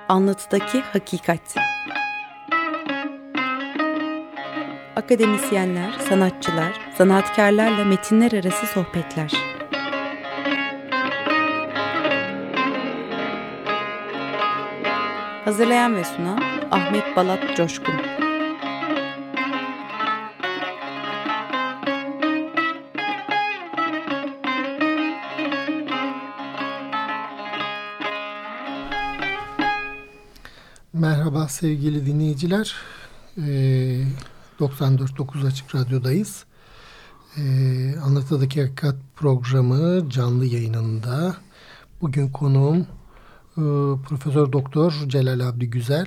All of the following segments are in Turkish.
Anlatıdaki hakikat. Akademisyenler, sanatçılar, zanaatkarlarla metinler arası sohbetler. Hazırlayan ve sunan Ahmet Balat Coşkun. Merhaba sevgili dinleyiciler. 94.9 Açık Radyo'dayız. Anlatıdaki Hakikat programı canlı yayınında. Bugün konuğum Profesör Doktor Celal Abdi Güzel.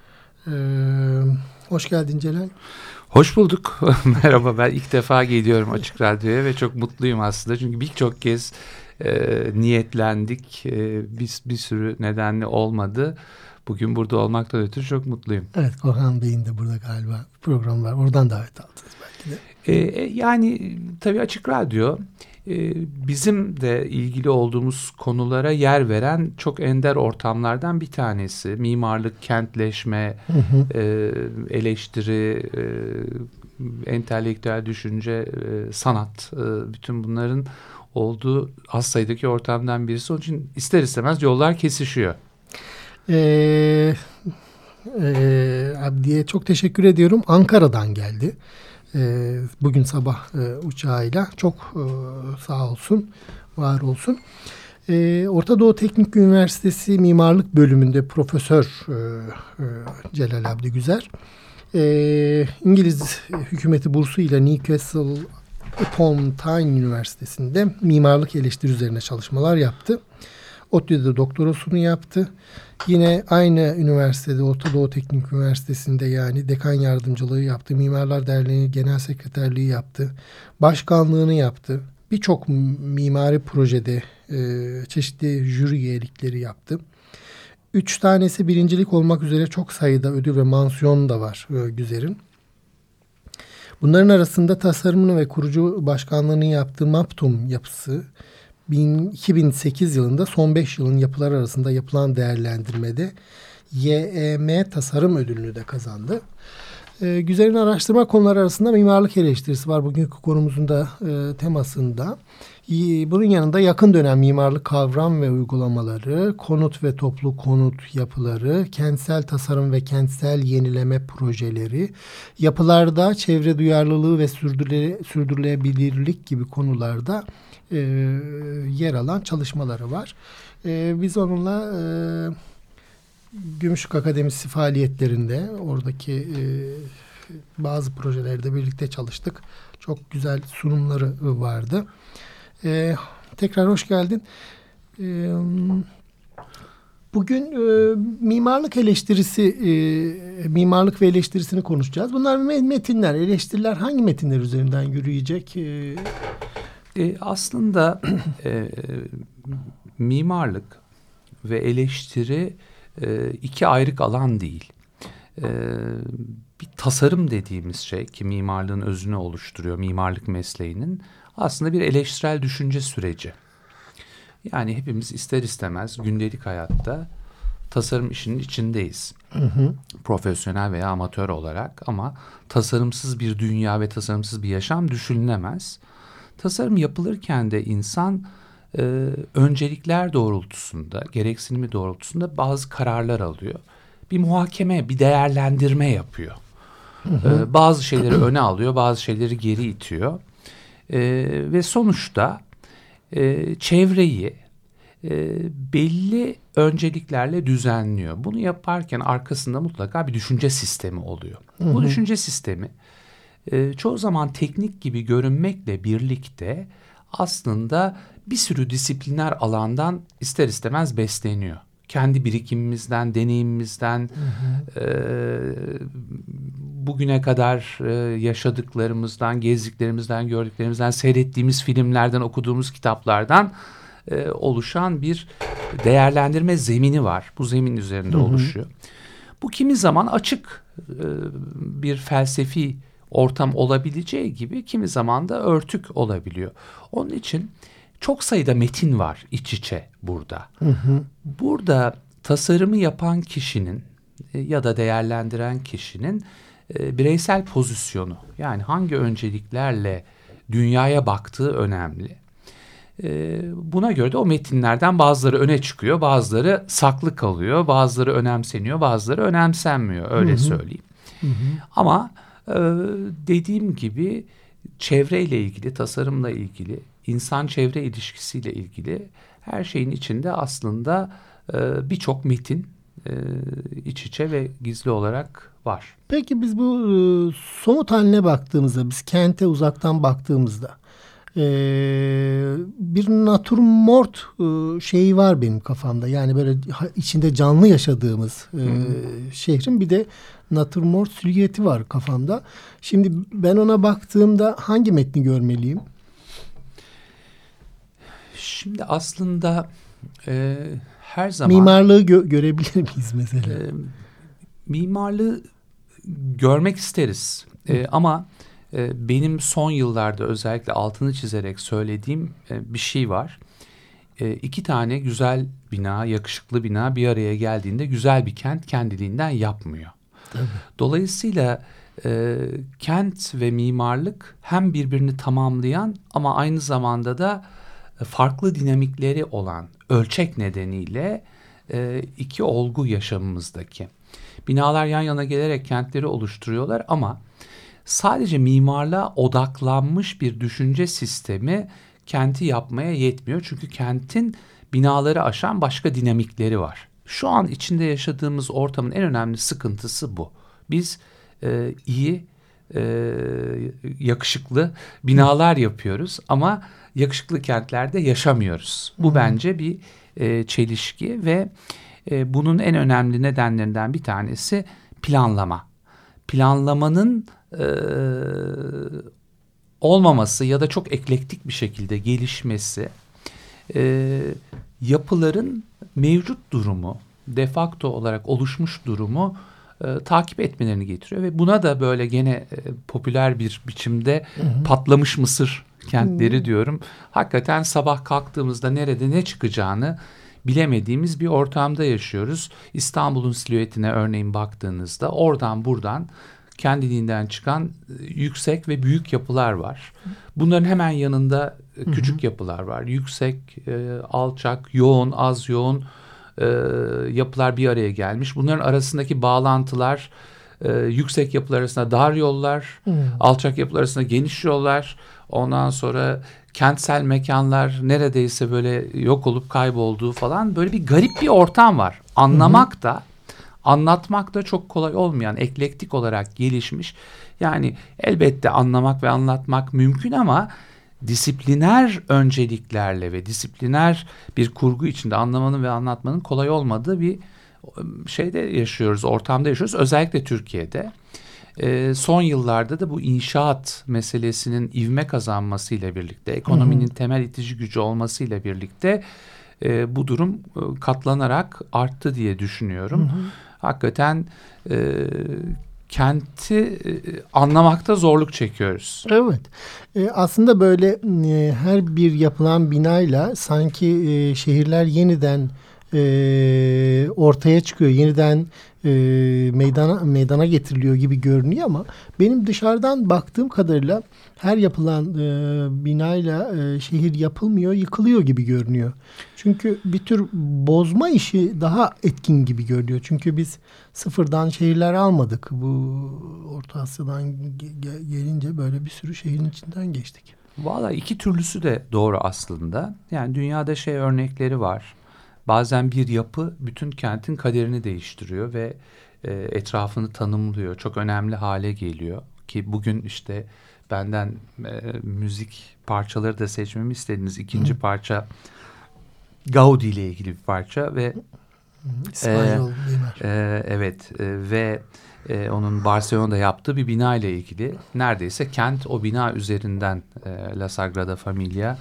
Hoş geldin Celal. Hoş bulduk. Merhaba, ben ilk defa geliyorum Açık Radyo'ya ve çok mutluyum aslında. Çünkü birçok kez niyetlendik. Bir sürü nedenle olmadı. Bugün burada olmaktan ötürü çok mutluyum. Evet, Korhan Bey'in de burada galiba program var. Oradan davet aldınız belki de. Yani tabii Açık Radyo bizim de ilgili olduğumuz konulara yer veren çok ender ortamlardan bir tanesi. Mimarlık, kentleşme, eleştiri, entelektüel düşünce, sanat, bütün bunların olduğu az sayıdaki ortamdan birisi. Onun için ister istemez yollar kesişiyor. Abdi'ye çok teşekkür ediyorum. Ankara'dan geldi. Bugün sabah uçağıyla. Çok sağ olsun, var olsun. Orta Doğu Teknik Üniversitesi Mimarlık Bölümünde Profesör Celal Abdi Güzel. İngiliz hükümeti bursuyla Newcastle upon Tyne Üniversitesi'nde mimarlık eleştiri üzerine çalışmalar yaptı. ODTÜ'de doktorasını yaptı. Yine aynı üniversitede Orta Doğu Teknik Üniversitesi'nde yani dekan yardımcılığı yaptı. Mimarlar Derneği Genel Sekreterliği yaptı. Başkanlığını yaptı. Birçok mimari projede çeşitli jüri üyelikleri yaptı. 3 tanesi birincilik olmak üzere çok sayıda ödül ve mansiyon da var Güzel'in. Bunların arasında tasarımını ve kurucu başkanlığını yaptığı Maptum yapısı 2008 yılında son 5 yılın yapılar arasında yapılan değerlendirmede YEM Tasarım Ödülünü de kazandı. Güzel'in araştırma konuları arasında mimarlık eleştirisi var bugünkü konumuzun da temasında. Bunun yanında yakın dönem mimarlık kavram ve uygulamaları, konut ve toplu konut yapıları, kentsel tasarım ve kentsel yenileme projeleri, yapılarda çevre duyarlılığı ve sürdürülebilirlik gibi konularda yer alan çalışmaları var. Biz onunla Gümüşlük Akademisi faaliyetlerinde oradaki bazı projelerde birlikte çalıştık. Çok güzel sunumları vardı. Tekrar hoş geldin. Bugün mimarlık eleştirisi, mimarlık ve eleştirisini konuşacağız. Bunlar metinler, eleştiriler hangi metinler üzerinden yürüyecek? Aslında mimarlık ve eleştiri iki ayrık alan değil. Bir tasarım dediğimiz şey ki mimarlığın özünü oluşturuyor, mimarlık mesleğinin aslında bir eleştirel düşünce süreci. Yani hepimiz ister istemez gündelik hayatta tasarım işinin içindeyiz. Profesyonel veya amatör olarak ama tasarımsız bir dünya ve tasarımsız bir yaşam düşünülemez. Tasarım yapılırken de insan öncelikler doğrultusunda, gereksinimi doğrultusunda bazı kararlar alıyor. Bir muhakeme, bir değerlendirme yapıyor. Bazı şeyleri öne alıyor, bazı şeyleri geri itiyor. Ve sonuçta çevreyi belli önceliklerle düzenliyor. Bunu yaparken arkasında mutlaka bir düşünce sistemi oluyor. Bu düşünce sistemi çoğu zaman teknik gibi görünmekle birlikte aslında bir sürü disipliner alandan ister istemez besleniyor. Kendi birikimimizden, deneyimimizden, bugüne kadar yaşadıklarımızdan, gezdiklerimizden, gördüklerimizden, seyrettiğimiz filmlerden, okuduğumuz kitaplardan oluşan bir değerlendirme zemini var. Bu zemin üzerinde oluşuyor. Bu kimi zaman açık bir felsefi ortam olabileceği gibi kimi zaman da örtük olabiliyor. Onun için çok sayıda metin var iç içe burada. Burada tasarımı yapan kişinin ya da değerlendiren kişinin bireysel pozisyonu, yani hangi önceliklerle dünyaya baktığı önemli. Buna göre de o metinlerden bazıları öne çıkıyor, bazıları saklı kalıyor, bazıları önemseniyor, bazıları önemsenmiyor, öyle söyleyeyim. Ama dediğim gibi çevreyle ilgili, tasarımla ilgili, insan-çevre ilişkisiyle ilgili her şeyin içinde aslında birçok metin iç içe ve gizli olarak var. Peki biz bu somut haline baktığımızda, biz kente uzaktan baktığımızda bir natürmort şeyi var benim kafamda. Yani böyle içinde canlı yaşadığımız şehrin bir de natürmort silüeti var kafamda. Şimdi ben ona baktığımda hangi metni görmeliyim? Şimdi aslında her zaman... Mimarlığı görebilir miyiz mesela? Mimarlığı görmek isteriz. Ama benim son yıllarda özellikle altını çizerek söylediğim bir şey var. İki tane güzel bina, yakışıklı bina bir araya geldiğinde güzel bir kent kendiliğinden yapmıyor. Tabii. Dolayısıyla kent ve mimarlık hem birbirini tamamlayan ama aynı zamanda da farklı dinamikleri olan ölçek nedeniyle iki olgu yaşamımızdaki. Binalar yan yana gelerek kentleri oluşturuyorlar ama sadece mimarlığa odaklanmış bir düşünce sistemi kenti yapmaya yetmiyor. Çünkü kentin binaları aşan başka dinamikleri var. Şu an içinde yaşadığımız ortamın en önemli sıkıntısı bu. Biz iyi, yakışıklı binalar yapıyoruz ama yakışıklı kentlerde yaşamıyoruz. Bu bence bir çelişki ve bunun en önemli nedenlerinden bir tanesi planlama. Planlamanın olmaması ya da çok eklektik bir şekilde gelişmesi yapıların mevcut durumu, de facto olarak oluşmuş durumu takip etmelerini getiriyor ve buna da böyle gene popüler bir biçimde patlamış mısır kentleri diyorum. Hakikaten sabah kalktığımızda nerede ne çıkacağını bilemediğimiz bir ortamda yaşıyoruz. İstanbul'un silüetine örneğin baktığınızda oradan buradan kendiliğinden çıkan yüksek ve büyük yapılar var. Bunların hemen yanında küçük yapılar var. Yüksek, alçak, yoğun, az yoğun yapılar bir araya gelmiş. Bunların arasındaki bağlantılar, yüksek yapılar arasında dar yollar, alçak yapılar arasında geniş yollar. Ondan sonra kentsel mekanlar neredeyse böyle yok olup kaybolduğu falan, böyle bir garip bir ortam var. Anlamak da, anlatmak da çok kolay olmayan, eklektik olarak gelişmiş. Yani elbette anlamak ve anlatmak mümkün ama disipliner önceliklerle ve disipliner bir kurgu içinde anlamanın ve anlatmanın kolay olmadığı bir şeyde yaşıyoruz, ortamda yaşıyoruz. Özellikle Türkiye'de. Son yıllarda da bu inşaat meselesinin ivme kazanmasıyla birlikte, ekonominin temel itici gücü olmasıyla birlikte bu durum katlanarak arttı diye düşünüyorum. Hakikaten kenti anlamakta zorluk çekiyoruz. Evet. Aslında böyle her bir yapılan binayla sanki şehirler yeniden ortaya çıkıyor, yeniden meydana getiriliyor gibi görünüyor ama benim dışarıdan baktığım kadarıyla her yapılan binayla şehir yapılmıyor, yıkılıyor gibi görünüyor. Çünkü bir tür bozma işi daha etkin gibi görünüyor. Çünkü biz sıfırdan şehirler almadık. Bu Orta Asya'dan gelince böyle bir sürü şehrin içinden geçtik. Vallahi iki türlüsü de doğru aslında. Yani dünyada örnekleri var. Bazen bir yapı bütün kentin kaderini değiştiriyor ve etrafını tanımlıyor. Çok önemli hale geliyor. Ki bugün işte benden müzik parçaları da seçmemi istediğiniz ikinci parça Gaudi ile ilgili bir parça ve İspanyol mimar. Evet ve onun Barcelona'da yaptığı bir bina ile ilgili neredeyse kent o bina üzerinden La Sagrada Familia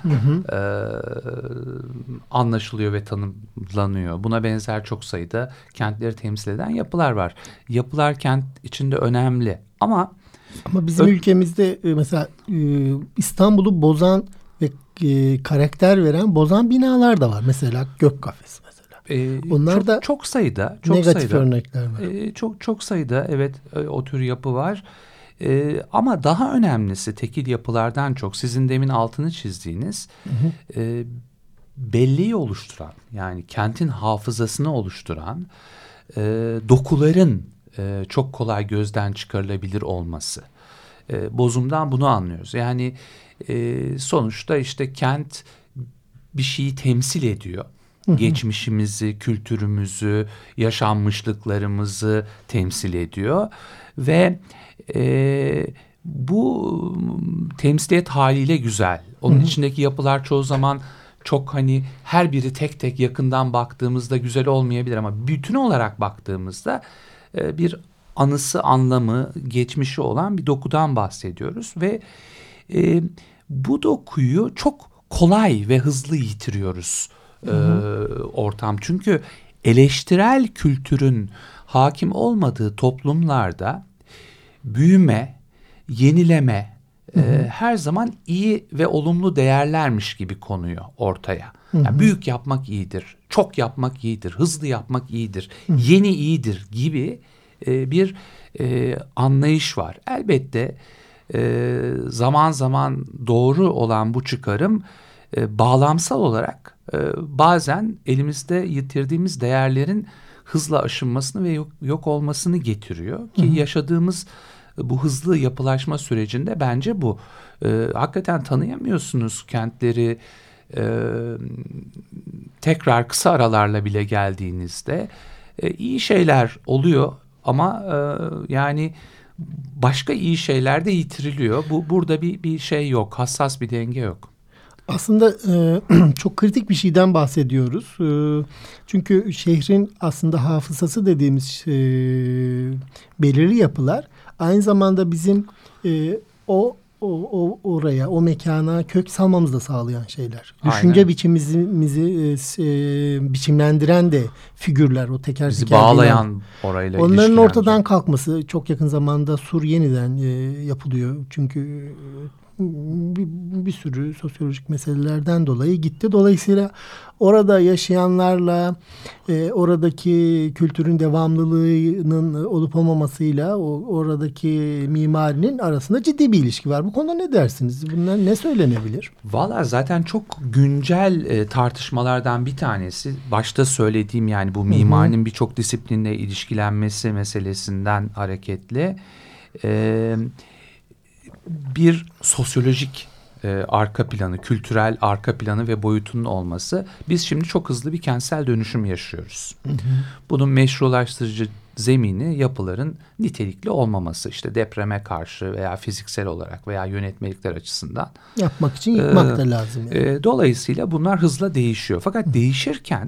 anlaşılıyor ve tanımlanıyor. Buna benzer çok sayıda kentleri temsil eden yapılar var. Yapılar kent içinde önemli ama bizim ülkemizde mesela İstanbul'u bozan ve karakter veren bozan binalar da var. Mesela Gök Kafes mesela. Onlar da çok sayıda negatif örnekler var. Çok sayıda evet o tür yapı var. Ama daha önemlisi tekil yapılardan çok sizin demin altını çizdiğiniz belleği oluşturan, yani kentin hafızasını oluşturan dokuların çok kolay gözden çıkarılabilir olması. Bozumdan bunu anlıyoruz. Yani sonuçta işte kent bir şeyi temsil ediyor. Geçmişimizi, kültürümüzü, yaşanmışlıklarımızı temsil ediyor ve bu temsiliyet haliyle güzel. Onun içindeki yapılar çoğu zaman çok hani her biri tek tek yakından baktığımızda güzel olmayabilir ama bütün olarak baktığımızda bir anısı, anlamı, geçmişi olan bir dokudan bahsediyoruz ve bu dokuyu çok kolay ve hızlı yitiriyoruz ortam. Çünkü eleştirel kültürün hakim olmadığı toplumlarda büyüme, yenileme her zaman iyi ve olumlu değerlermiş gibi konuyor ortaya. Yani büyük yapmak iyidir, çok yapmak iyidir, hızlı yapmak iyidir, yeni iyidir gibi bir anlayış var. Elbette zaman zaman doğru olan bu çıkarım bağlamsal olarak bazen elimizde yitirdiğimiz değerlerin hızla aşınmasını ve yok olmasını getiriyor. Ki yaşadığımız bu hızlı yapılaşma sürecinde bence bu. Hakikaten tanıyamıyorsunuz kentleri. Tekrar kısa aralarla bile geldiğinizde iyi şeyler oluyor ama yani başka iyi şeyler de yitiriliyor. Burada bir şey yok, hassas bir denge yok. Aslında çok kritik bir şeyden bahsediyoruz. Çünkü şehrin aslında hafızası dediğimiz belirli yapılar aynı zamanda bizim oraya, o mekana kök salmamızı da sağlayan şeyler. Aynen. Düşünce biçimimizi biçimlendiren de figürler, o teker bizi teker bağlayan orayla onların ortadan kalkması, çok yakın zamanda sur yeniden yapılıyor. Çünkü bir sürü sosyolojik meselelerden dolayı gitti. Dolayısıyla orada yaşayanlarla oradaki kültürün devamlılığının olup olmamasıyla oradaki mimarinin arasında ciddi bir ilişki var. Bu konuda ne dersiniz? Bunlar ne söylenebilir? Valla zaten çok güncel tartışmalardan bir tanesi. Başta söylediğim yani bu mimarinin birçok disiplinle ilişkilenmesi meselesinden hareketle bir sosyolojik arka planı, kültürel arka planı ve boyutunun olması. Biz şimdi çok hızlı bir kentsel dönüşüm yaşıyoruz. Bunun meşrulaştırıcı zemini yapıların nitelikli olmaması. İşte depreme karşı veya fiziksel olarak veya yönetmelikler açısından. Yapmak için yıkmak da lazım. Yani. Dolayısıyla bunlar hızla değişiyor. Fakat değişirken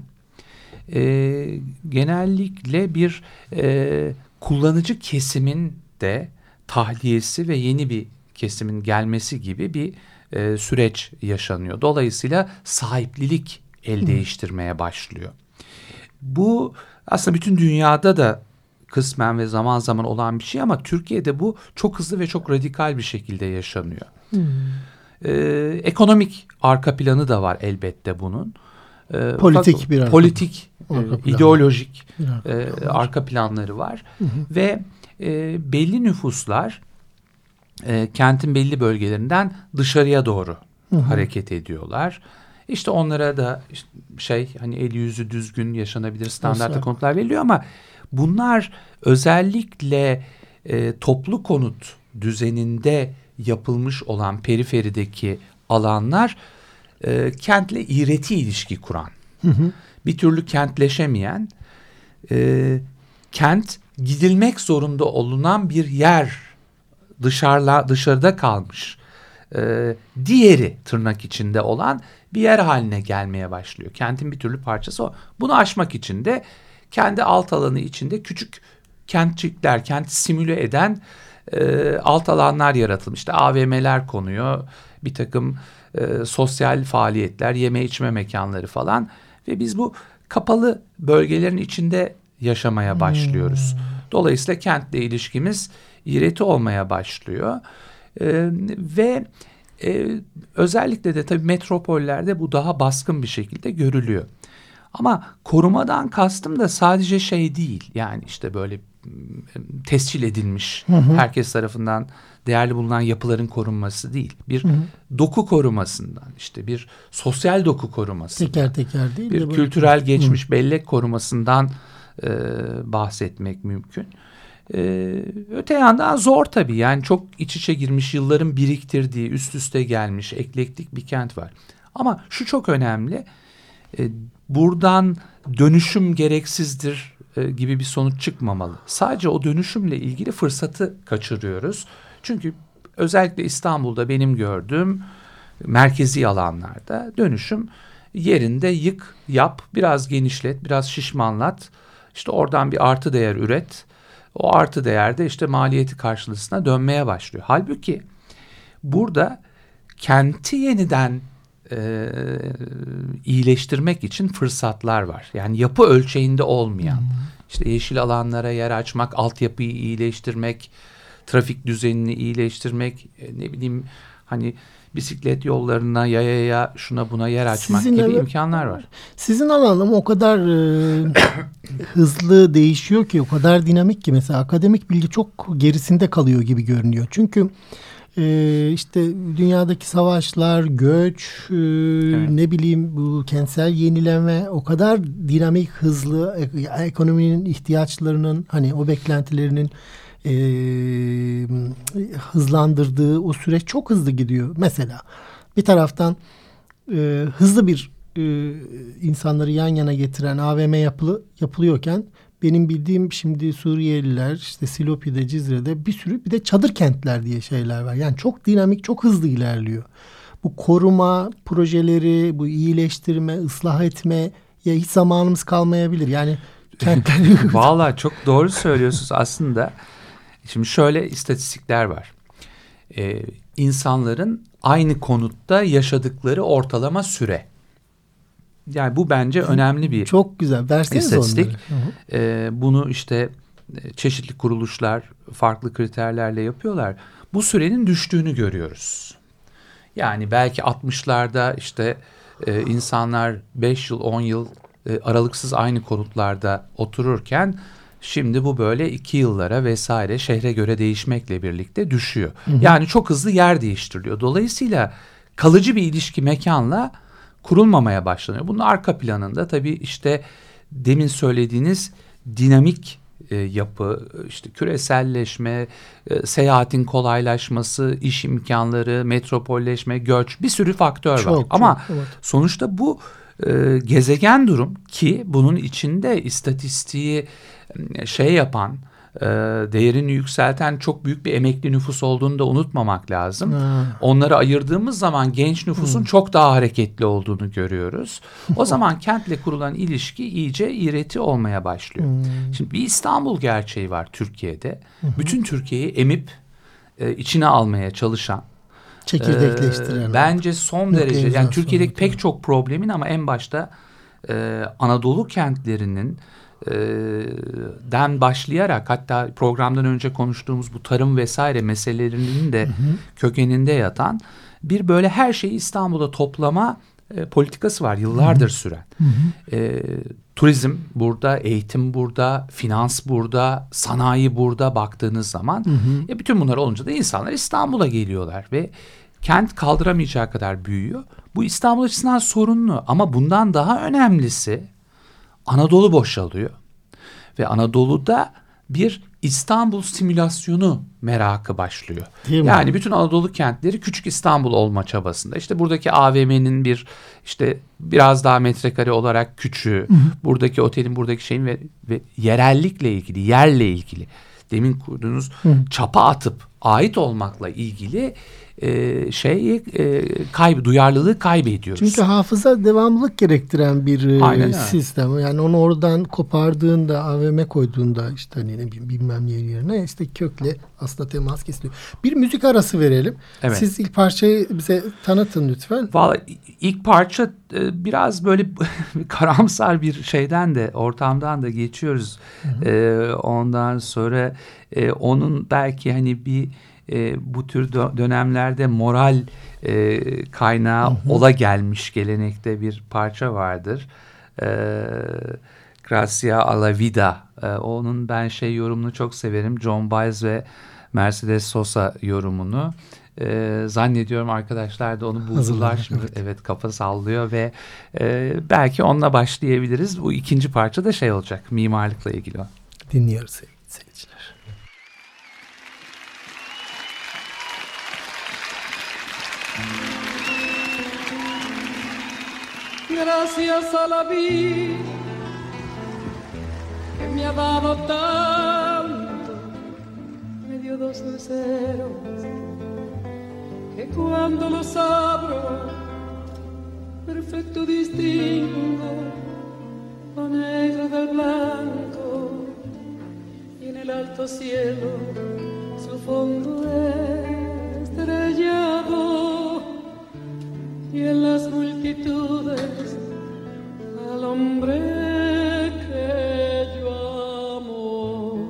genellikle bir kullanıcı kesimin de tahliyesi ve yeni bir kesimin gelmesi gibi bir süreç yaşanıyor. Dolayısıyla sahiplilik el değiştirmeye başlıyor. Bu aslında bütün dünyada da kısmen ve zaman zaman olan bir şey ama Türkiye'de bu çok hızlı ve çok radikal bir şekilde yaşanıyor. Ekonomik arka planı da var elbette bunun. Politik bir politik, ideolojik arka planları var. Ve belli nüfuslar kentin belli bölgelerinden dışarıya doğru hareket ediyorlar. İşte onlara da hani eli yüzü düzgün yaşanabilir standartlı konutlar veriliyor ama bunlar özellikle toplu konut düzeninde yapılmış olan periferideki alanlar kentle iğreti ilişki kuran, bir türlü kentleşemeyen, kent gidilmek zorunda olunan bir yer, dışarıda kalmış, diğeri tırnak içinde olan bir yer haline gelmeye başlıyor. Kentin bir türlü parçası o. Bunu aşmak için de kendi alt alanı içinde küçük kentçikler, kenti simüle eden alt alanlar yaratılmış. İşte AVM'ler konuyor, bir takım sosyal faaliyetler, yeme içme mekanları falan ve biz bu kapalı bölgelerin içinde yaşamaya başlıyoruz. Dolayısıyla kentle ilişkimiz iğreti olmaya başlıyor ve özellikle de tabii metropollerde bu daha baskın bir şekilde görülüyor. Ama korumadan kastım da sadece şey değil. Yani işte böyle tescil edilmiş, herkes tarafından değerli bulunan yapıların korunması değil. Bir doku korumasından, işte bir sosyal doku korumasından, teker teker değil bir kültürel geçmiş bellek korumasından bahsetmek mümkün. Öte yandan zor tabii. Yani çok iç içe girmiş, yılların biriktirdiği, üst üste gelmiş, eklektik bir kent var. Ama şu çok önemli. Buradan dönüşüm gereksizdir gibi bir sonuç çıkmamalı. Sadece o dönüşümle ilgili fırsatı kaçırıyoruz. Çünkü özellikle İstanbul'da benim gördüğüm merkezi alanlarda dönüşüm yerinde yık, yap, biraz genişlet, biraz şişmanlat. İşte oradan bir artı değer üret. O artı değer de işte maliyeti karşılığına dönmeye başlıyor. Halbuki burada kenti yeniden iyileştirmek için fırsatlar var. Yani yapı ölçeğinde olmayan, işte yeşil alanlara yer açmak, altyapıyı iyileştirmek, trafik düzenini iyileştirmek, ne bileyim hani bisiklet yollarına, yayaya, şuna buna yer açmak gibi imkanlar var. Sizin alanım o kadar hızlı değişiyor ki, o kadar dinamik ki mesela akademik bilgi çok gerisinde kalıyor gibi görünüyor. Çünkü işte dünyadaki savaşlar, göç, evet, ne bileyim bu kentsel yenileme o kadar dinamik, hızlı, ekonominin ihtiyaçlarının, hani o beklentilerinin hızlandırdığı o süreç çok hızlı gidiyor. Mesela bir taraftan hızlı bir insanları yan yana getiren AVM yapılıyorken, benim bildiğim şimdi Suriyeliler, işte Silopi'de, Cizre'de bir de çadır kentler diye şeyler var. Yani çok dinamik, çok hızlı ilerliyor. Bu koruma projeleri, bu iyileştirme, ıslah etme ya hiç zamanımız kalmayabilir. Yani kentler... Vallahi çok doğru söylüyorsunuz aslında. Şimdi şöyle istatistikler var. İnsanların aynı konutta yaşadıkları ortalama süre. Yani bu bence önemli bir çok güzel. Verseniz istatistik. Bunu işte çeşitli kuruluşlar farklı kriterlerle yapıyorlar. Bu sürenin düştüğünü görüyoruz. Yani belki 60'larda işte insanlar 5 yıl 10 yıl aralıksız aynı konutlarda otururken şimdi bu böyle 2 yıllara vesaire şehre göre değişmekle birlikte düşüyor. Yani çok hızlı yer değiştiriliyor. Dolayısıyla kalıcı bir ilişki mekanla kurulmamaya başlanıyor. Bunun arka planında tabii işte demin söylediğiniz dinamik yapı, işte küreselleşme, seyahatin kolaylaşması, iş imkanları, metropolleşme, göç, bir sürü faktör var. Ama evet, sonuçta bu gezegen durum ki bunun içinde istatistiği yapan, değerini yükselten çok büyük bir emekli nüfus olduğunu da unutmamak lazım. Onları ayırdığımız zaman genç nüfusun çok daha hareketli olduğunu görüyoruz. O zaman kentle kurulan ilişki iyice iğreti olmaya başlıyor. Şimdi bir İstanbul gerçeği var Türkiye'de. Bütün Türkiye'yi emip içine almaya çalışan, çekirdekleştiren. Bence son derece, yani Türkiye'deki pek çok problemin ama en başta Anadolu kentlerinin den başlayarak, hatta programdan önce konuştuğumuz bu tarım vesaire meselelerinin de kökeninde yatan bir böyle her şeyi İstanbul'da toplama politikası var yıllardır süren. Turizm burada, eğitim burada, finans burada, sanayi burada baktığınız zaman bütün bunlar olunca da insanlar İstanbul'a geliyorlar ve kent kaldıramayacağı kadar büyüyor. Bu İstanbul açısından sorunlu ama bundan daha önemlisi Anadolu boşalıyor ve Anadolu'da bir İstanbul simülasyonu merakı başlıyor. Yani bütün Anadolu kentleri küçük İstanbul olma çabasında. İşte buradaki AVM'nin bir işte biraz daha metrekare olarak küçüğü, buradaki otelin, buradaki şeyin ve yerellikle ilgili, yerle ilgili demin kurduğunuz çapa atıp ait olmakla ilgili duyarlılığı kaybediyoruz. Çünkü hafıza devamlılık gerektiren bir sistem. Yani onu oradan kopardığında, AVM koyduğunda işte hani ne bilmem ne yerine işte kökle aslında temas kesiliyor. Bir müzik arası verelim. Evet. Siz ilk parçayı bize tanıtın lütfen. Vallahi ilk parça biraz böyle karamsar bir şeyden de, ortamdan da geçiyoruz. Ondan sonra onun belki hani bir bu tür dönemlerde moral kaynağı ola gelmiş gelenekte bir parça vardır. Gracia a la vida. Onun ben yorumunu çok severim. John Baez ve Mercedes Sosa yorumunu. Zannediyorum arkadaşlar da onu buldular şimdi. Evet, kafa sallıyor ve belki onunla başlayabiliriz. Bu ikinci parça da olacak. Mimarlıkla ilgili o. Dinliyoruz sevgili seyirciler. Gracias a la vida que me ha dado tanto, me dio dos luceros que cuando los abro perfecto distingo lo negro del blanco y en el alto cielo su fondo estrellado y en las multitudes al hombre que yo amo.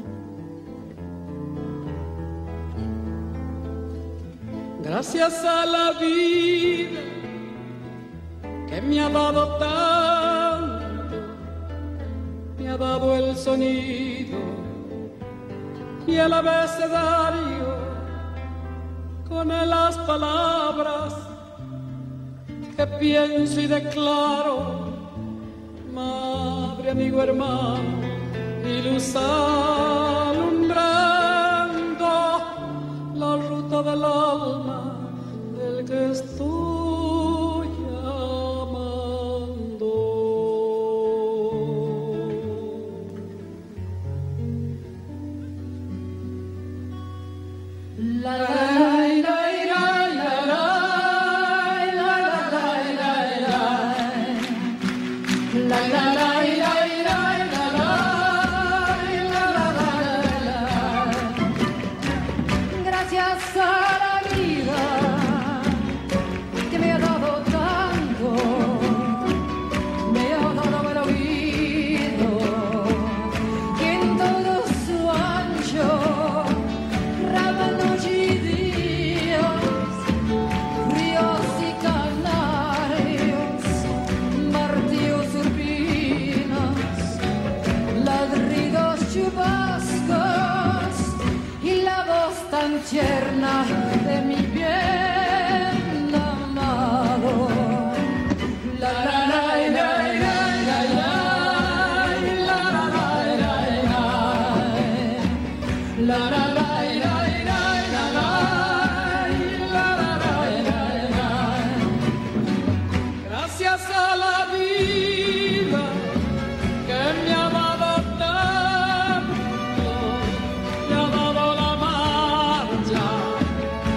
Gracias a la vida que me ha dado tanto, me ha dado el sonido y el abecedario con las palabras que pienso y declaro, madre, amigo, hermano, y luz alumbrando la ruta del alma del que estoy amando. La, la, tierna de mi bien amado. La la la la la la la la la la la. Gracias a la vida que me ha dado tanto, me ha dado la marcha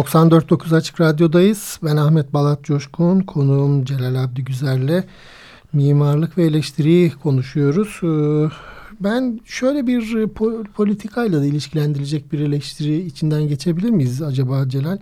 94.9 Açık Radyo'dayız. Ben Ahmet Balat Coşkun, konuğum Celal Abdi Güzel'le mimarlık ve eleştiriyi konuşuyoruz. Ben şöyle bir politikayla da ilişkilendirilecek bir eleştiri içinden geçebilir miyiz acaba Celal?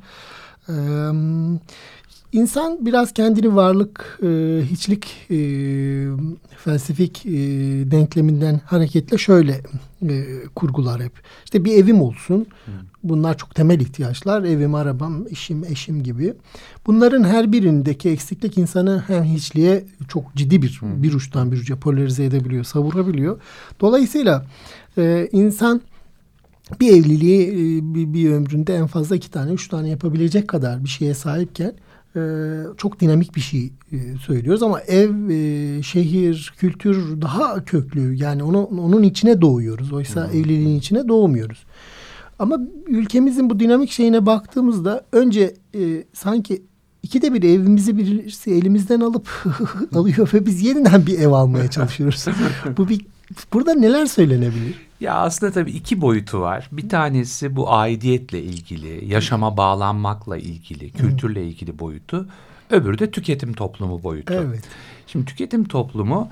İnsan biraz kendini varlık, hiçlik felsefik denkleminden hareketle şöyle kurgular hep. İşte bir evim olsun. Bunlar çok temel ihtiyaçlar. Evim, arabam, işim, eşim gibi. Bunların her birindeki eksiklik insanı hem hiçliğe çok ciddi bir uçtan bir uca polarize edebiliyor, savurabiliyor. Dolayısıyla insan bir evliliği bir ömründe en fazla 2 tane, 3 tane yapabilecek kadar bir şeye sahipken çok dinamik bir şey söylüyoruz ama ev, şehir, kültür daha köklü. Yani onun içine doğuyoruz. Oysa evliliğin içine doğmuyoruz. Ama ülkemizin bu dinamik şeyine baktığımızda önce sanki 2'de 1 evimizi birisi elimizden alıyor ve biz yeniden bir ev almaya çalışıyoruz. Burada neler söylenebilir? Ya aslında tabii 2 boyutu var. Bir tanesi bu aidiyetle ilgili, yaşama bağlanmakla ilgili, kültürle ilgili boyutu. Öbürü de tüketim toplumu boyutu. Evet. Şimdi tüketim toplumu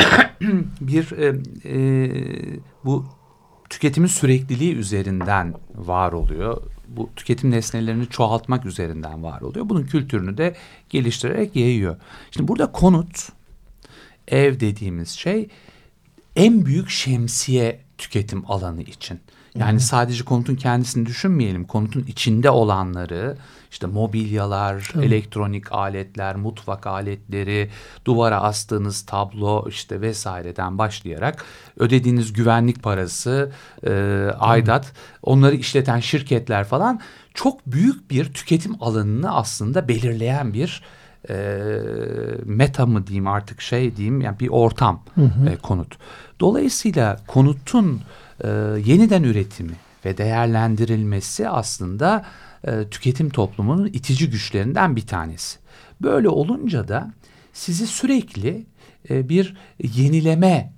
bu tüketimin sürekliliği üzerinden var oluyor. Bu tüketim nesnelerini çoğaltmak üzerinden var oluyor. Bunun kültürünü de geliştirerek yayıyor. Şimdi burada konut, ev dediğimiz şey en büyük şemsiye tüketim alanı için. Yani sadece konutun kendisini düşünmeyelim. Konutun içinde olanları, işte mobilyalar, elektronik aletler, mutfak aletleri, duvara astığınız tablo işte vesaireden başlayarak ödediğiniz güvenlik parası, aidat, onları işleten şirketler falan çok büyük bir tüketim alanını aslında belirleyen bir meta mı diyeyim artık diyeyim yani bir ortam konut. Dolayısıyla konutun yeniden üretimi ve değerlendirilmesi aslında tüketim toplumunun itici güçlerinden bir tanesi. Böyle olunca da sizi sürekli bir yenileme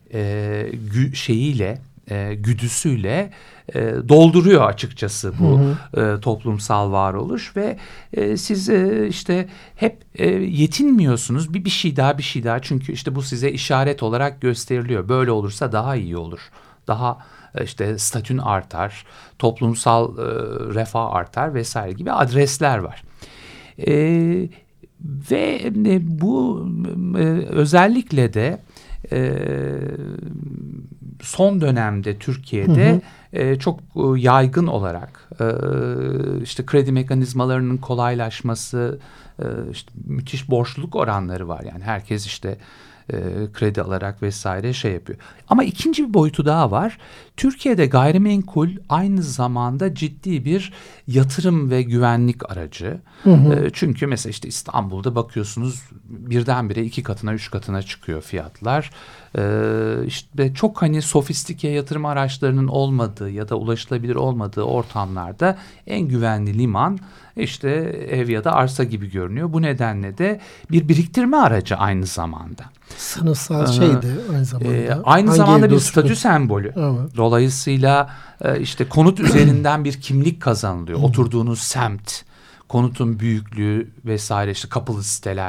güdüsüyle dolduruyor açıkçası bu toplumsal varoluş ve siz işte hep yetinmiyorsunuz bir şey daha çünkü işte bu size işaret olarak gösteriliyor. Böyle olursa daha iyi olur. Daha işte statün artar, toplumsal refah artar vesaire gibi adresler var. Ve bu özellikle de son dönemde Türkiye'de çok yaygın olarak işte kredi mekanizmalarının kolaylaşması, işte müthiş borçluluk oranları var. Yani herkes işte kredi alarak vesaire yapıyor. Ama ikinci bir boyutu daha var. Türkiye'de gayrimenkul aynı zamanda ciddi bir yatırım ve güvenlik aracı. Çünkü mesela işte İstanbul'da bakıyorsunuz birdenbire 2 katına 3 katına çıkıyor fiyatlar. İşte çok sofistike yatırım araçlarının olmadığı ya da ulaşılabilir olmadığı ortamlarda en güvenli liman işte ev ya da arsa gibi görünüyor. Bu nedenle de bir biriktirme aracı aynı zamanda. Sınıfsal aynı zamanda. Aynı zamanda bir statü sembolü. Evet. Dolayısıyla işte konut üzerinden bir kimlik kazanılıyor. Oturduğunuz semt, konutun büyüklüğü vesaire işte kapalı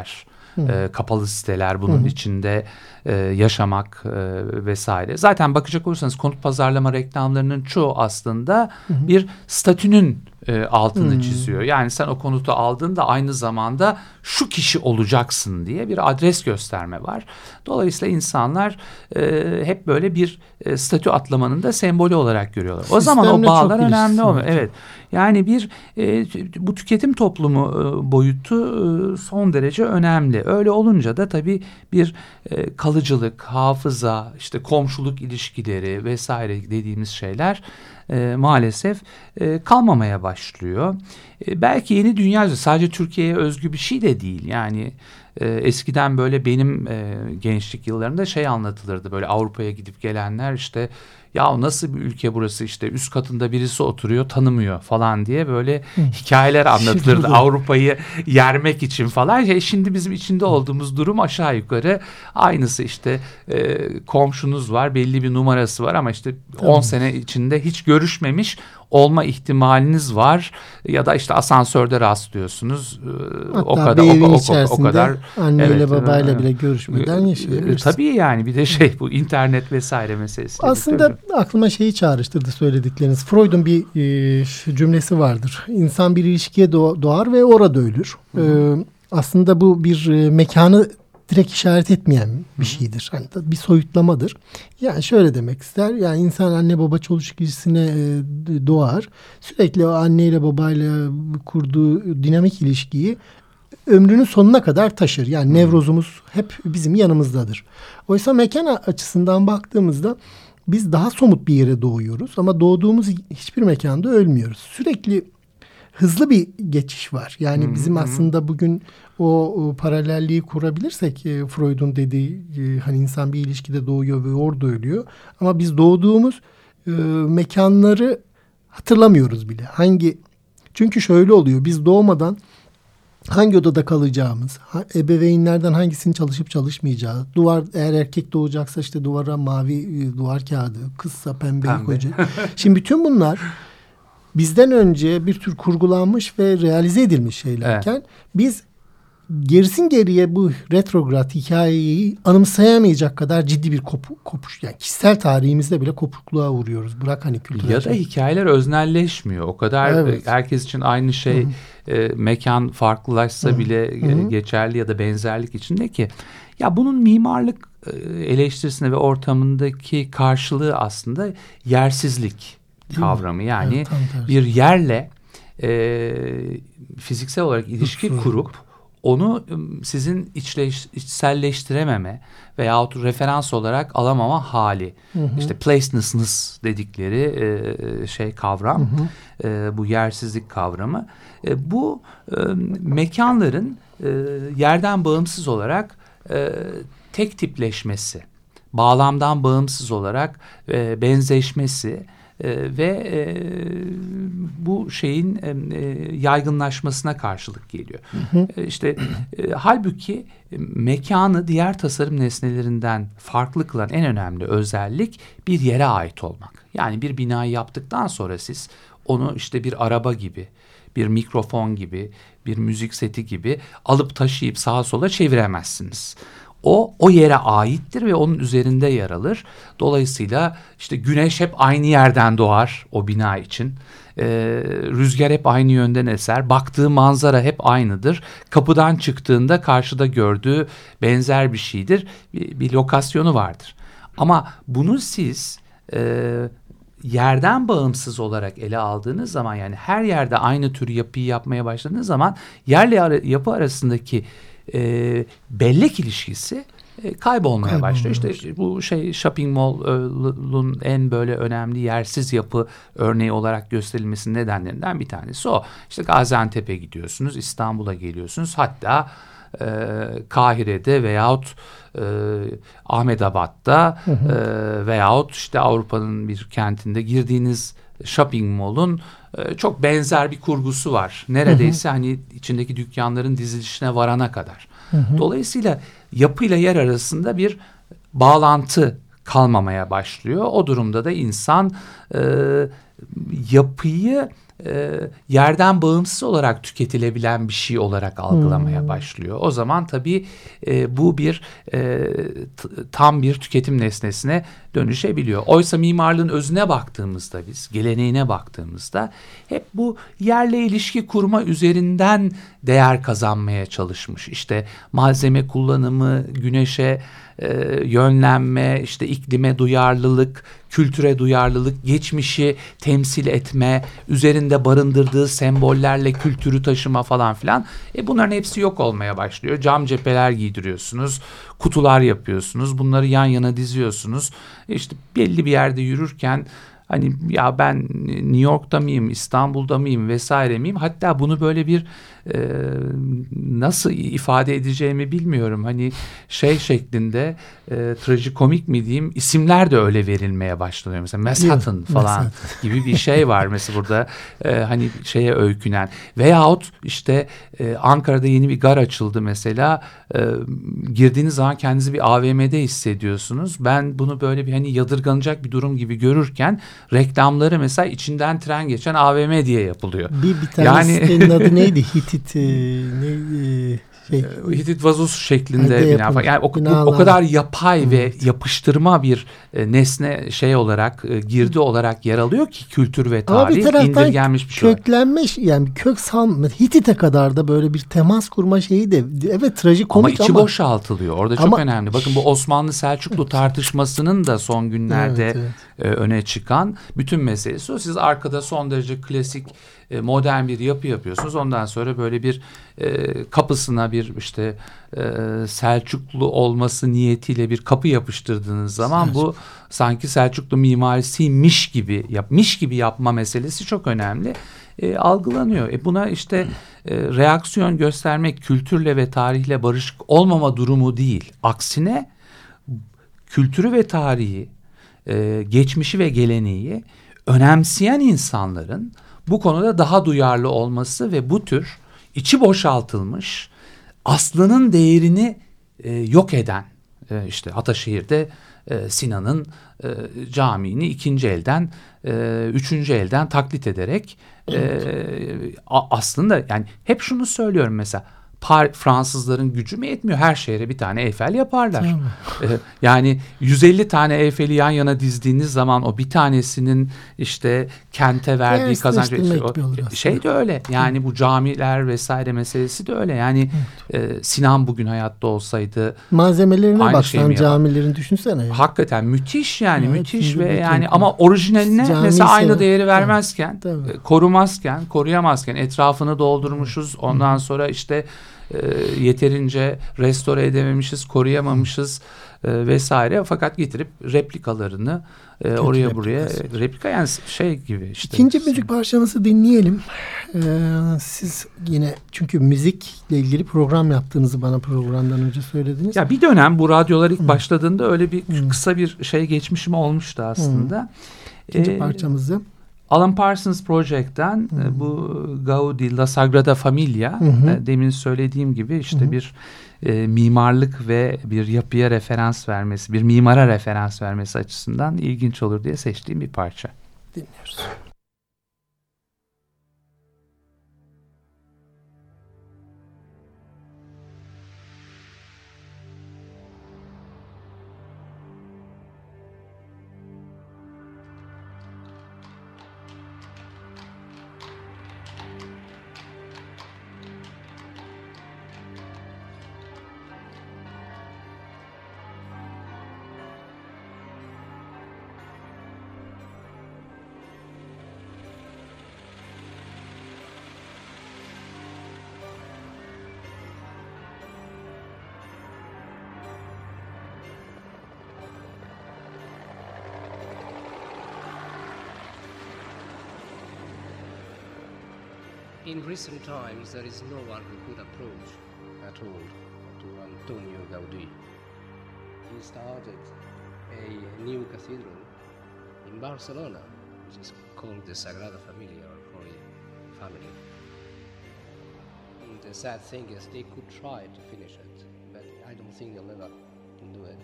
siteler bunun içinde yaşamak vesaire. Zaten bakacak olursanız konut pazarlama reklamlarının çoğu aslında bir statünün altını çiziyor. Yani sen o konutu aldığında aynı zamanda şu kişi olacaksın diye bir adres gösterme var. Dolayısıyla insanlar hep böyle bir statü atlamanın da sembolü olarak görüyorlar. O zaman o bağlar önemli oluyor. Evet. Yani bu tüketim toplumu boyutu son derece önemli. Öyle olunca da tabii bir kalıcılık, hafıza, işte komşuluk ilişkileri vesaire dediğimiz şeyler maalesef kalmamaya başlıyor. Belki yeni dünya sadece Türkiye'ye özgü bir şey de değil. Yani eskiden böyle benim gençlik yıllarımda anlatılırdı. Böyle Avrupa'ya gidip gelenler işte ya nasıl bir ülke burası işte üst katında birisi oturuyor tanımıyor falan diye böyle hikayeler anlatılırdı. Avrupa'yı yermek için falan. Şimdi bizim içinde olduğumuz durum aşağı yukarı aynısı işte komşunuz var belli bir numarası var ama işte 10 sene içinde hiç görüşmemiş olma ihtimaliniz var ya da işte asansörde rastlıyorsunuz. Hatta o kadar bir evin o kadar anneyle evet, babayla bile görüşmeden yaşayabiliriz. Tabii yani bir de bu internet vesaire meselesi. Aslında aklıma şeyi çağrıştırdı söyledikleriniz. Freud'un bir cümlesi vardır. İnsan bir ilişkiye doğar ve orada ölür. Aslında bu bir mekanı direkt işaret etmeyen bir şeydir. Hani bir soyutlamadır. Yani şöyle demek ister. Yani insan anne baba çocuk ilişkisine doğar. Sürekli o anneyle babayla kurduğu dinamik ilişkiyi ömrünün sonuna kadar taşır. Yani nevrozumuz hep bizim yanımızdadır. Oysa mekan açısından baktığımızda biz daha somut bir yere doğuyoruz ama doğduğumuz hiçbir mekanda ölmüyoruz. Sürekli hızlı bir geçiş var. Yani bizim aslında bugün o paralelliği kurabilirsek Freud'un dediği hani insan bir ilişkide doğuyor ve orada ölüyor. Ama biz doğduğumuz mekanları hatırlamıyoruz bile. Çünkü şöyle oluyor. Biz doğmadan hangi odada kalacağımız, ebeveynlerden hangisinin çalışıp çalışmayacağı, eğer erkek doğacaksa işte duvara mavi duvar kağıdı, kızsa pembe. Koyacak. Şimdi bütün bunlar bizden önce bir tür kurgulanmış ve realize edilmiş şeylerken biz gerisin geriye bu retrograd hikayeyi anımsayamayacak kadar ciddi bir kopuş. Yani kişisel tarihimizde bile kopukluğa uğruyoruz. Bırak hani kültürel ya da hikayeler öznelleşmiyor. O kadar herkes için aynı şey mekan farklılaşsa bile geçerli ya da benzerlik içinde ki. Ya bunun mimarlık eleştirisine ve ortamındaki karşılığı aslında yersizlik kavramı. Yani bir yerle fiziksel olarak ilişki kurup onu sizin içselleştirememe veyahut referans olarak alamama hali. İşte placelessness dedikleri kavram. Bu yersizlik kavramı. Bu mekanların yerden bağımsız olarak tek tipleşmesi, bağlamdan bağımsız olarak benzeşmesi ve bu şeyin yaygınlaşmasına karşılık geliyor. İşte halbuki mekanı diğer tasarım nesnelerinden farklı kılan en önemli özellik bir yere ait olmak. Yani bir binayı yaptıktan sonra siz onu işte bir araba gibi, bir mikrofon gibi, bir müzik seti gibi alıp taşıyıp sağa sola çeviremezsiniz. O yere aittir ve onun üzerinde yer alır. Dolayısıyla işte güneş hep aynı yerden doğar o bina için. Rüzgar hep aynı yönden eser. Baktığı manzara hep aynıdır. Kapıdan çıktığında karşıda gördüğü benzer bir şeydir. Bir lokasyonu vardır. Ama bunu siz yerden bağımsız olarak ele aldığınız zaman, yani her yerde aynı tür yapıyı yapmaya başladığınız zaman yerle yapı arasındaki bellek ilişkisi kaybolmaya başlıyor. İşte bu shopping mall'un en böyle önemli yersiz yapı örneği olarak gösterilmesinin nedenlerinden bir tanesi o. İşte Gaziantep'e gidiyorsunuz, İstanbul'a geliyorsunuz, hatta Kahire'de veyahut Ahmedabad'da veyahut işte Avrupa'nın bir kentinde girdiğiniz shopping mall'un çok benzer bir kurgusu var. Neredeyse hani içindeki dükkanların dizilişine varana kadar. Dolayısıyla yapıyla yer arasında bir bağlantı kalmamaya başlıyor. O durumda da insan yapıyı yerden bağımsız olarak tüketilebilen bir şey olarak algılamaya başlıyor. O zaman tabii bu bir tam bir tüketim nesnesine dönüşebiliyor. Oysa mimarlığın özüne baktığımızda, biz geleneğine baktığımızda hep bu yerle ilişki kurma üzerinden değer kazanmaya çalışmış. İşte malzeme kullanımı, güneşe yönlenme, işte iklime duyarlılık, kültüre duyarlılık, geçmişi temsil etme, üzerinde barındırdığı sembollerle kültürü taşıma falan filan. Bunların hepsi yok olmaya başlıyor. Cam cepheler giydiriyorsunuz, kutular yapıyorsunuz, bunları yan yana diziyorsunuz. İşte belli bir yerde yürürken hani ya ben New York'ta mıyım, İstanbul'da mıyım vesaire miyim? Hatta bunu böyle bir nasıl ifade edeceğimi bilmiyorum. Hani şeklinde trajikomik mi diyeyim, isimler de öyle verilmeye başlanıyor. Mesela Manhattan falan gibi bir şey var mesela burada hani şeye öykünen. Veyahut işte Ankara'da yeni bir gar açıldı mesela. Girdiğiniz zaman kendinizi bir AVM'de hissediyorsunuz. Ben bunu böyle bir hani yadırganacak bir durum gibi görürken reklamları mesela içinden tren geçen AVM diye yapılıyor. Bir tanesinin adı neydi? Hitit Hitit vazosu şeklinde bina falan. Yani o kadar yapay ve yapıştırma bir nesne şey olarak girdi olarak yer alıyor ki kültür ve tarih indirgenmiş bir şey. Köklenmiş yani kök salma. Hitit'e kadar da böyle bir temas kurma şeyi de evet trajikomik ama içi boşaltılıyor. Orada çok önemli. Bakın bu Osmanlı Selçuklu tartışmasının da son günlerde öne çıkan bütün meselesi o. Siz arkada son derece klasik modern bir yapı yapıyorsunuz. Ondan sonra böyle bir kapısına bir işte Selçuklu olması niyetiyle bir kapı yapıştırdığınız zaman bu sanki Selçuklu mimarisiymiş gibi yapma meselesi çok önemli. Algılanıyor. Buna işte reaksiyon göstermek kültürle ve tarihle barışık olmama durumu değil. Aksine kültürü ve tarihi, geçmişi ve geleneği önemseyen insanların bu konuda daha duyarlı olması ve bu tür içi boşaltılmış aslının değerini yok eden işte Ataşehir'de Sinan'ın camiini ikinci elden, üçüncü elden taklit ederek aslında yani hep şunu söylüyorum mesela Fransızların gücü mü yetmiyor? Her şehre bir tane Eyfel yaparlar. Yani 150 tane Eyfel'i yan yana dizdiğiniz zaman o bir tanesinin işte kente verdiği kazanç şey de öyle. Yani bu camiler vesaire meselesi de öyle. Yani Sinan bugün hayatta olsaydı malzemelerine baksan camilerin düşünsene. Yani. Hakikaten müthiş yani müthiş ve yani ama orijinaline mesela aynı değeri vermezken, korumazken, koruyamazken etrafını doldurmuşuz. Ondan sonra işte yeterince restore edememişiz, koruyamamışız vesaire. Fakat getirip replikalarını oraya buraya replika yani şey gibi işte. İkinci müzik parçamızı dinleyelim. Siz yine çünkü müzikle ilgili program yaptığınızı bana programdan önce söylediniz. Ya bir dönem bu radyolar ilk başladığında öyle bir kısa bir şey geçmişim olmuştu aslında. İkinci parçamızı Alan Parsons Project'ten bu Gaudi La Sagrada Familia demin söylediğim gibi işte bir mimarlık ve bir yapıya referans vermesi, bir mimara referans vermesi açısından ilginç olur diye seçtiğim bir parça. Dinliyoruz. In recent times, there is no one who could approach at all to Antonio Gaudí. He started a new cathedral in Barcelona, which is called the Sagrada Familia, or Holy Family. And the sad thing is they could try to finish it, but I don't think they'll ever do it.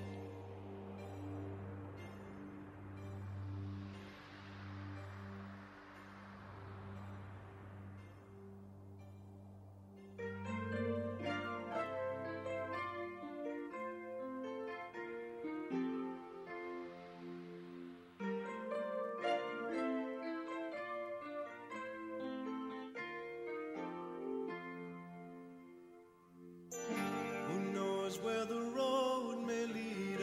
Where the road may lead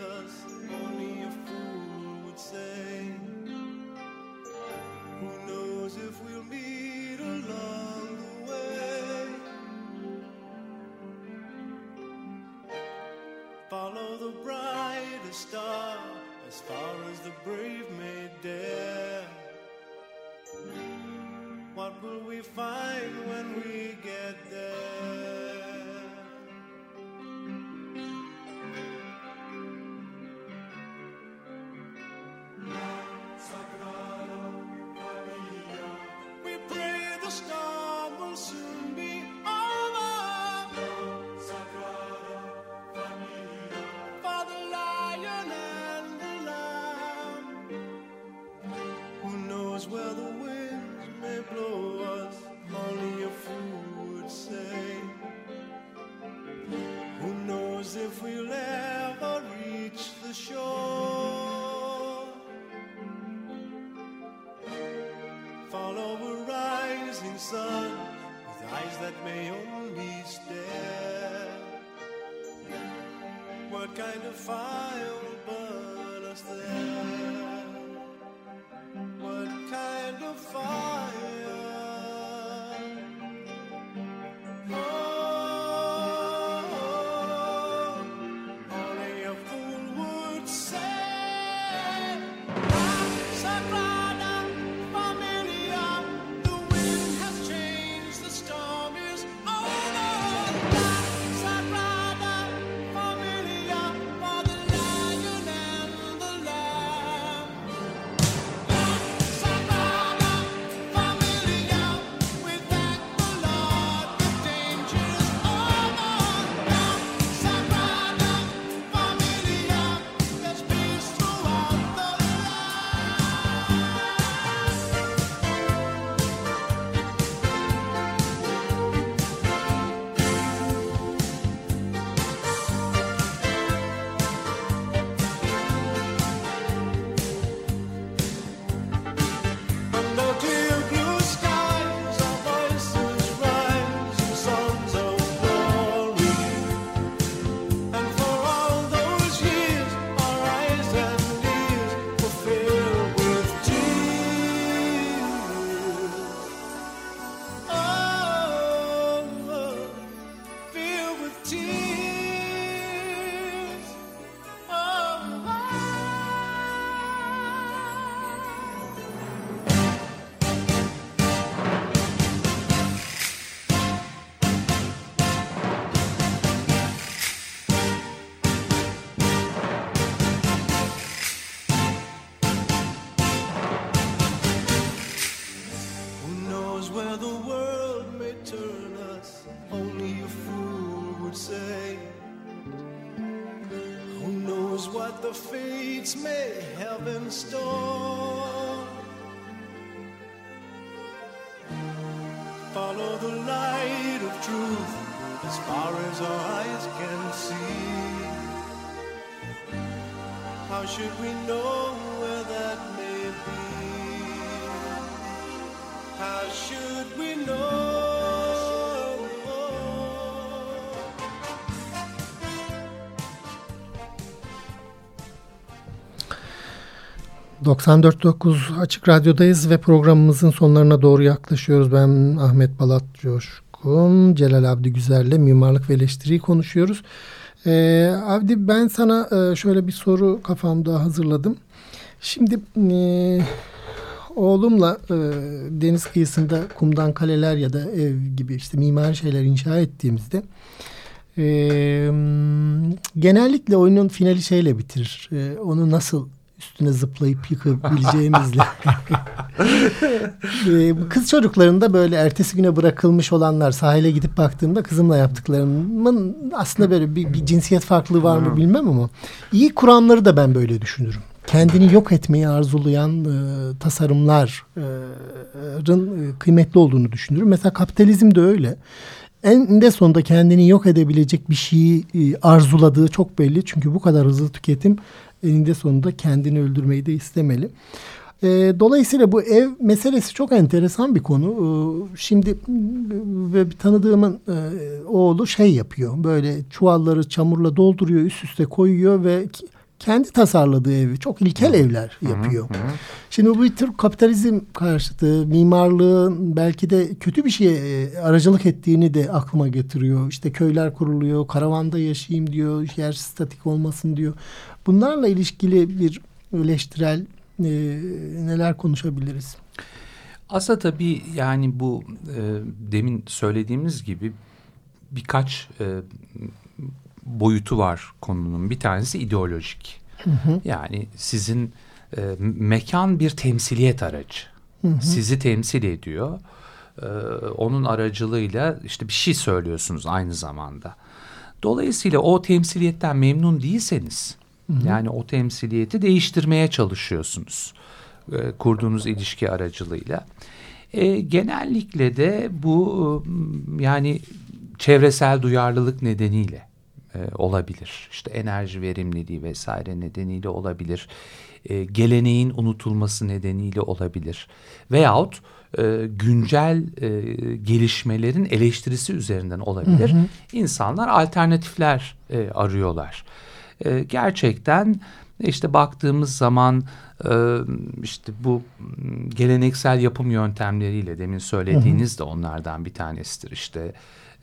sun with eyes that may only stare. What kind of fire will burn us there? What kind of fire? Only a fool would say, Sagrada Familia, the wind has changed, the storm is over. Sagrada Familia, for the lion and the lamb. Sagrada Familia, we thank the Lord, the danger's over. Sagrada Familia, there's peace throughout the Under clear blue skies, our voices rise in songs of glory. And for all those years, our eyes and ears were filled with tears. Oh, filled with tears. Oh. Who knows where the world may turn us? Only a fool would say. Who knows what the fates may have in store? Follow the light of truth as far as our eyes can see. How should we know where that may be? How should we know? 94.9 Açık Radyo'dayız ve programımızın sonlarına doğru yaklaşıyoruz. Ben Ahmet Balat Coşkun, Celal Abdi Güzel'le mimarlık ve eleştiriyi konuşuyoruz. Abdi, ben sana şöyle bir soru kafamda hazırladım. Şimdi oğlumla deniz kıyısında kumdan kaleler ya da ev gibi işte mimari şeyler inşa ettiğimizde genellikle oyunun finali şeyle bitirir. Onu nasıl üstüne zıplayıp yıkabileceğimizle. Kız çocuklarında böyle ertesi güne bırakılmış olanlar, sahile gidip baktığımda kızımla yaptıklarımın aslında böyle bir cinsiyet farklılığı var mı bilmem ama iyi kuramları da ben böyle düşünürüm. Kendini yok etmeyi arzulayan tasarımların kıymetli olduğunu düşünürüm. Mesela kapitalizm de öyle. Eninde sonunda kendini yok edebilecek bir şeyi arzuladığı çok belli. Çünkü bu kadar hızlı tüketim eninde sonunda kendini öldürmeyi de istemeli. Dolayısıyla bu ev meselesi çok enteresan bir konu. Şimdi bir tanıdığımın oğlu şey yapıyor. Böyle çuvalları çamurla dolduruyor, üst üste koyuyor ve kendi tasarladığı evi, çok ilkel evler yapıyor. Şimdi bu bir tür kapitalizm karşıtı, mimarlığın belki de kötü bir şeye aracılık ettiğini de aklıma getiriyor. İşte köyler kuruluyor, karavanda yaşayayım diyor, yer statik olmasın diyor. Bunlarla ilişkili bir eleştirel neler konuşabiliriz? Aslında tabii yani bu demin söylediğimiz gibi birkaç boyutu var konunun. Bir tanesi ideolojik. Yani sizin mekan bir temsiliyet aracı. Sizi temsil ediyor. Onun aracılığıyla işte bir şey söylüyorsunuz aynı zamanda. Dolayısıyla o temsiliyetten memnun değilseniz, yani o temsiliyeti değiştirmeye çalışıyorsunuz. Kurduğunuz ilişki aracılığıyla. Genellikle de bu yani çevresel duyarlılık nedeniyle olabilir. İşte enerji verimliliği vesaire nedeniyle olabilir. Geleneğin unutulması nedeniyle olabilir. Veyahut güncel gelişmelerin eleştirisi üzerinden olabilir. İnsanlar alternatifler arıyorlar. Gerçekten işte baktığımız zaman işte bu geleneksel yapım yöntemleriyle demin söylediğiniz de onlardan bir tanesidir. İşte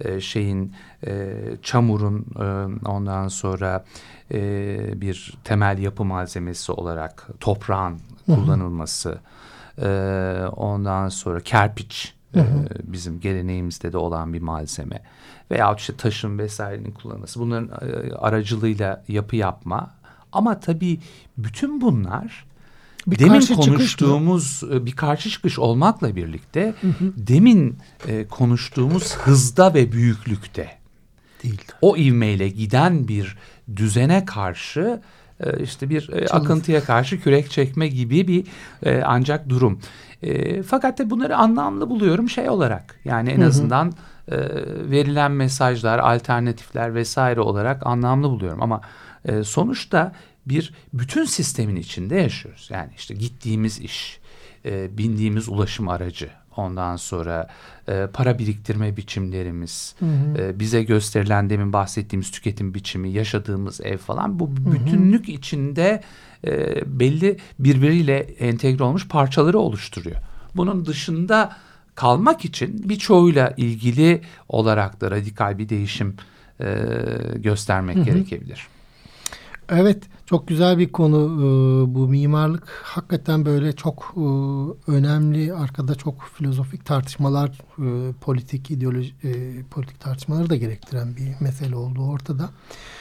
çamurun ondan sonra bir temel yapı malzemesi olarak toprağın kullanılması, ondan sonra kerpiç bizim geleneğimizde de olan bir malzeme veya işte taşın vesairenin kullanılması, bunların aracılığıyla yapı yapma. Ama tabii bütün bunlar demin konuştuğumuz bir karşı çıkış olmakla birlikte demin konuştuğumuz hızda ve büyüklükte değil. O ivmeyle giden bir düzene karşı işte bir akıntıya karşı kürek çekme gibi bir ancak durum. Fakat de bunları anlamlı buluyorum olarak, yani en azından verilen mesajlar, alternatifler vesaire olarak anlamlı buluyorum. Ama sonuçta bir bütün sistemin içinde yaşıyoruz. Yani işte gittiğimiz iş, bindiğimiz ulaşım aracı, ondan sonra para biriktirme biçimlerimiz, bize gösterilen demin bahsettiğimiz tüketim biçimi, yaşadığımız ev falan, bu bütünlük içinde belli birbiriyle entegre olmuş parçaları oluşturuyor. Bunun dışında kalmak için birçoğuyla ilgili olarak da radikal bir değişim göstermek gerekebilir. Evet, çok güzel bir konu bu mimarlık. Hakikaten böyle çok önemli, arkada çok filozofik tartışmalar, politik ideoloji, politik tartışmaları da gerektiren bir mesele olduğu ortada.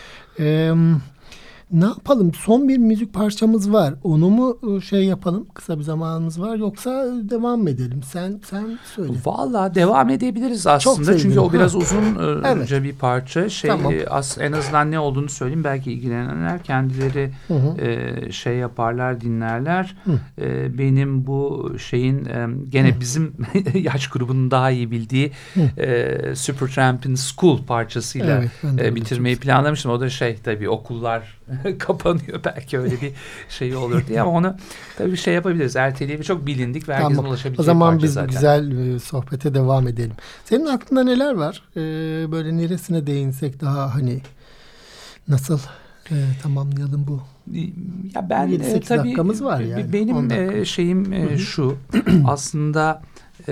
Ne yapalım? Son bir müzik parçamız var. Onu mu yapalım? Kısa bir zamanımız var. Yoksa devam mı edelim? Sen söyle. Vallahi devam edebiliriz aslında. Çünkü o biraz uzunca bir parça. Tamam. En azından ne olduğunu söyleyeyim. Belki ilgilenenler kendileri yaparlar, dinlerler. Benim bu gene bizim yaş grubunun daha iyi bildiği Supertramp'in School parçasıyla bitirmeyi planlamıştım. O da tabii okullar kapanıyor, belki öyle bir şey olur diye, ama onu tabii yapabiliriz. Erteleyebiliriz. Çok bilindik ve herkesin ulaşabileceği o zaman biz zaten. Güzel sohbete devam edelim. Senin aklında neler var? Böyle neresine değinsek daha nasıl tamamlayalım bu? Ya ben 7-8 tabii dakikamız var yani. Benim şu aslında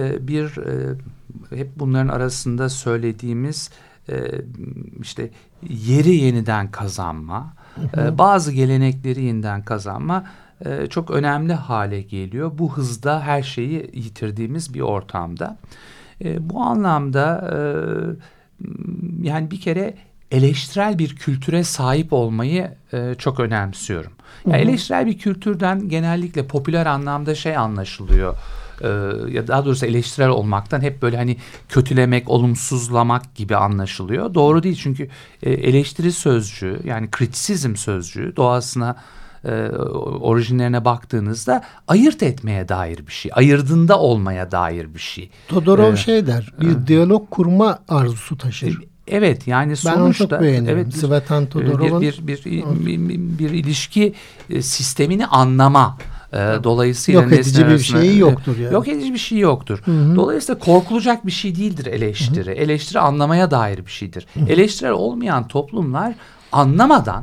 hep bunların arasında söylediğimiz işte yeri yeniden kazanma, bazı gelenekleri yeniden kazanma çok önemli hale geliyor. Bu hızda her şeyi yitirdiğimiz bir ortamda. Bu anlamda yani bir kere eleştirel bir kültüre sahip olmayı çok önemsiyorum. Yani eleştirel bir kültürden genellikle popüler anlamda anlaşılıyor. Ya daha doğrusu eleştirel olmaktan hep böyle kötülemek, olumsuzlamak gibi anlaşılıyor. Doğru değil, çünkü eleştiri sözcüğü, yani kritisizm sözcüğü doğasına, orijinlerine baktığınızda ayırt etmeye dair bir şey, ayırdığında olmaya dair bir şey. Todorov der, bir diyalog kurma arzusu taşır. Evet, yani sonuçta ben onu çok beğenirim. Svetan Todorov'un bir ilişki sistemini anlama. Dolayısıyla yok edici bir şey yoktur yani. Yok edici bir şey yoktur. Dolayısıyla korkulacak bir şey değildir eleştiri. Eleştiri anlamaya dair bir şeydir. Eleştirel olmayan toplumlar anlamadan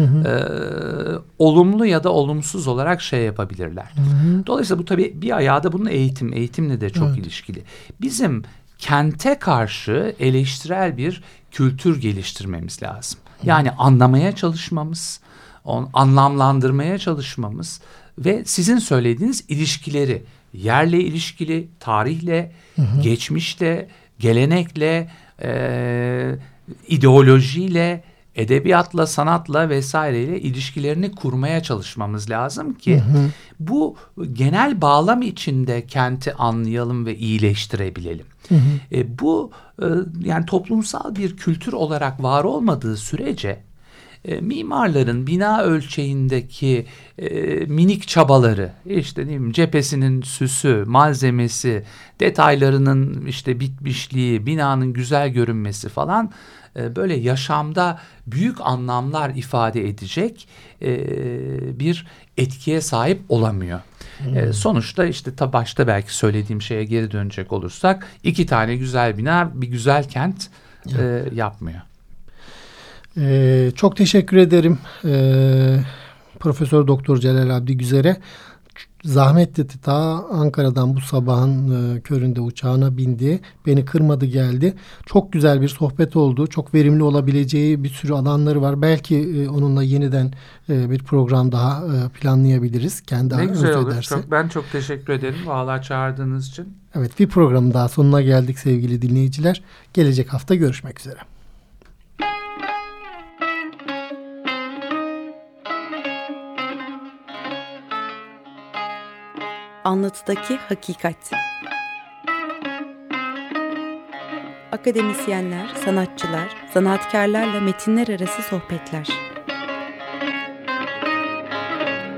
olumlu ya da olumsuz olarak yapabilirler. Dolayısıyla bu tabii bir ayağı da bunun eğitimle de çok ilişkili. Bizim kente karşı eleştirel bir kültür geliştirmemiz lazım. Yani anlamaya çalışmamız, anlamlandırmaya çalışmamız ve sizin söylediğiniz ilişkileri, yerle ilişkili, tarihle, geçmişle, gelenekle, ideolojiyle, edebiyatla, sanatla vesaireyle ilişkilerini kurmaya çalışmamız lazım ki bu genel bağlam içinde kenti anlayalım ve iyileştirebilelim. Bu yani toplumsal bir kültür olarak var olmadığı sürece mimarların bina ölçeğindeki minik çabaları, işte ne bileyim, cephesinin süsü, malzemesi, detaylarının işte bitmişliği, binanın güzel görünmesi falan böyle yaşamda büyük anlamlar ifade edecek bir etkiye sahip olamıyor. Sonuçta işte başta belki söylediğim şeye geri dönecek olursak 2 tane güzel bina bir güzel kent yapmıyor. Çok teşekkür ederim Profesör Doktor Celal Abdi Güzer'e. Zahmet etti, ta Ankara'dan bu sabahın köründe uçağına bindi. Beni kırmadı, geldi. Çok güzel bir sohbet oldu. Çok verimli olabileceği bir sürü alanları var. Belki onunla yeniden bir program daha planlayabiliriz. Kendi ne güzel olur. ederse. Ben çok teşekkür ederim. Vallahi çağırdığınız için. Evet, bir programın daha sonuna geldik sevgili dinleyiciler. Gelecek hafta görüşmek üzere. Anlatıdaki hakikat. Akademisyenler, sanatçılar, sanatkarlarla metinler arası sohbetler.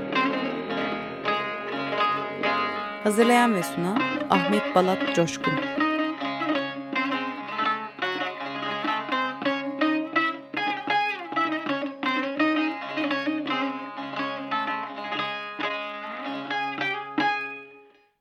Hazırlayan ve sunan Ahmet Balat Coşkun.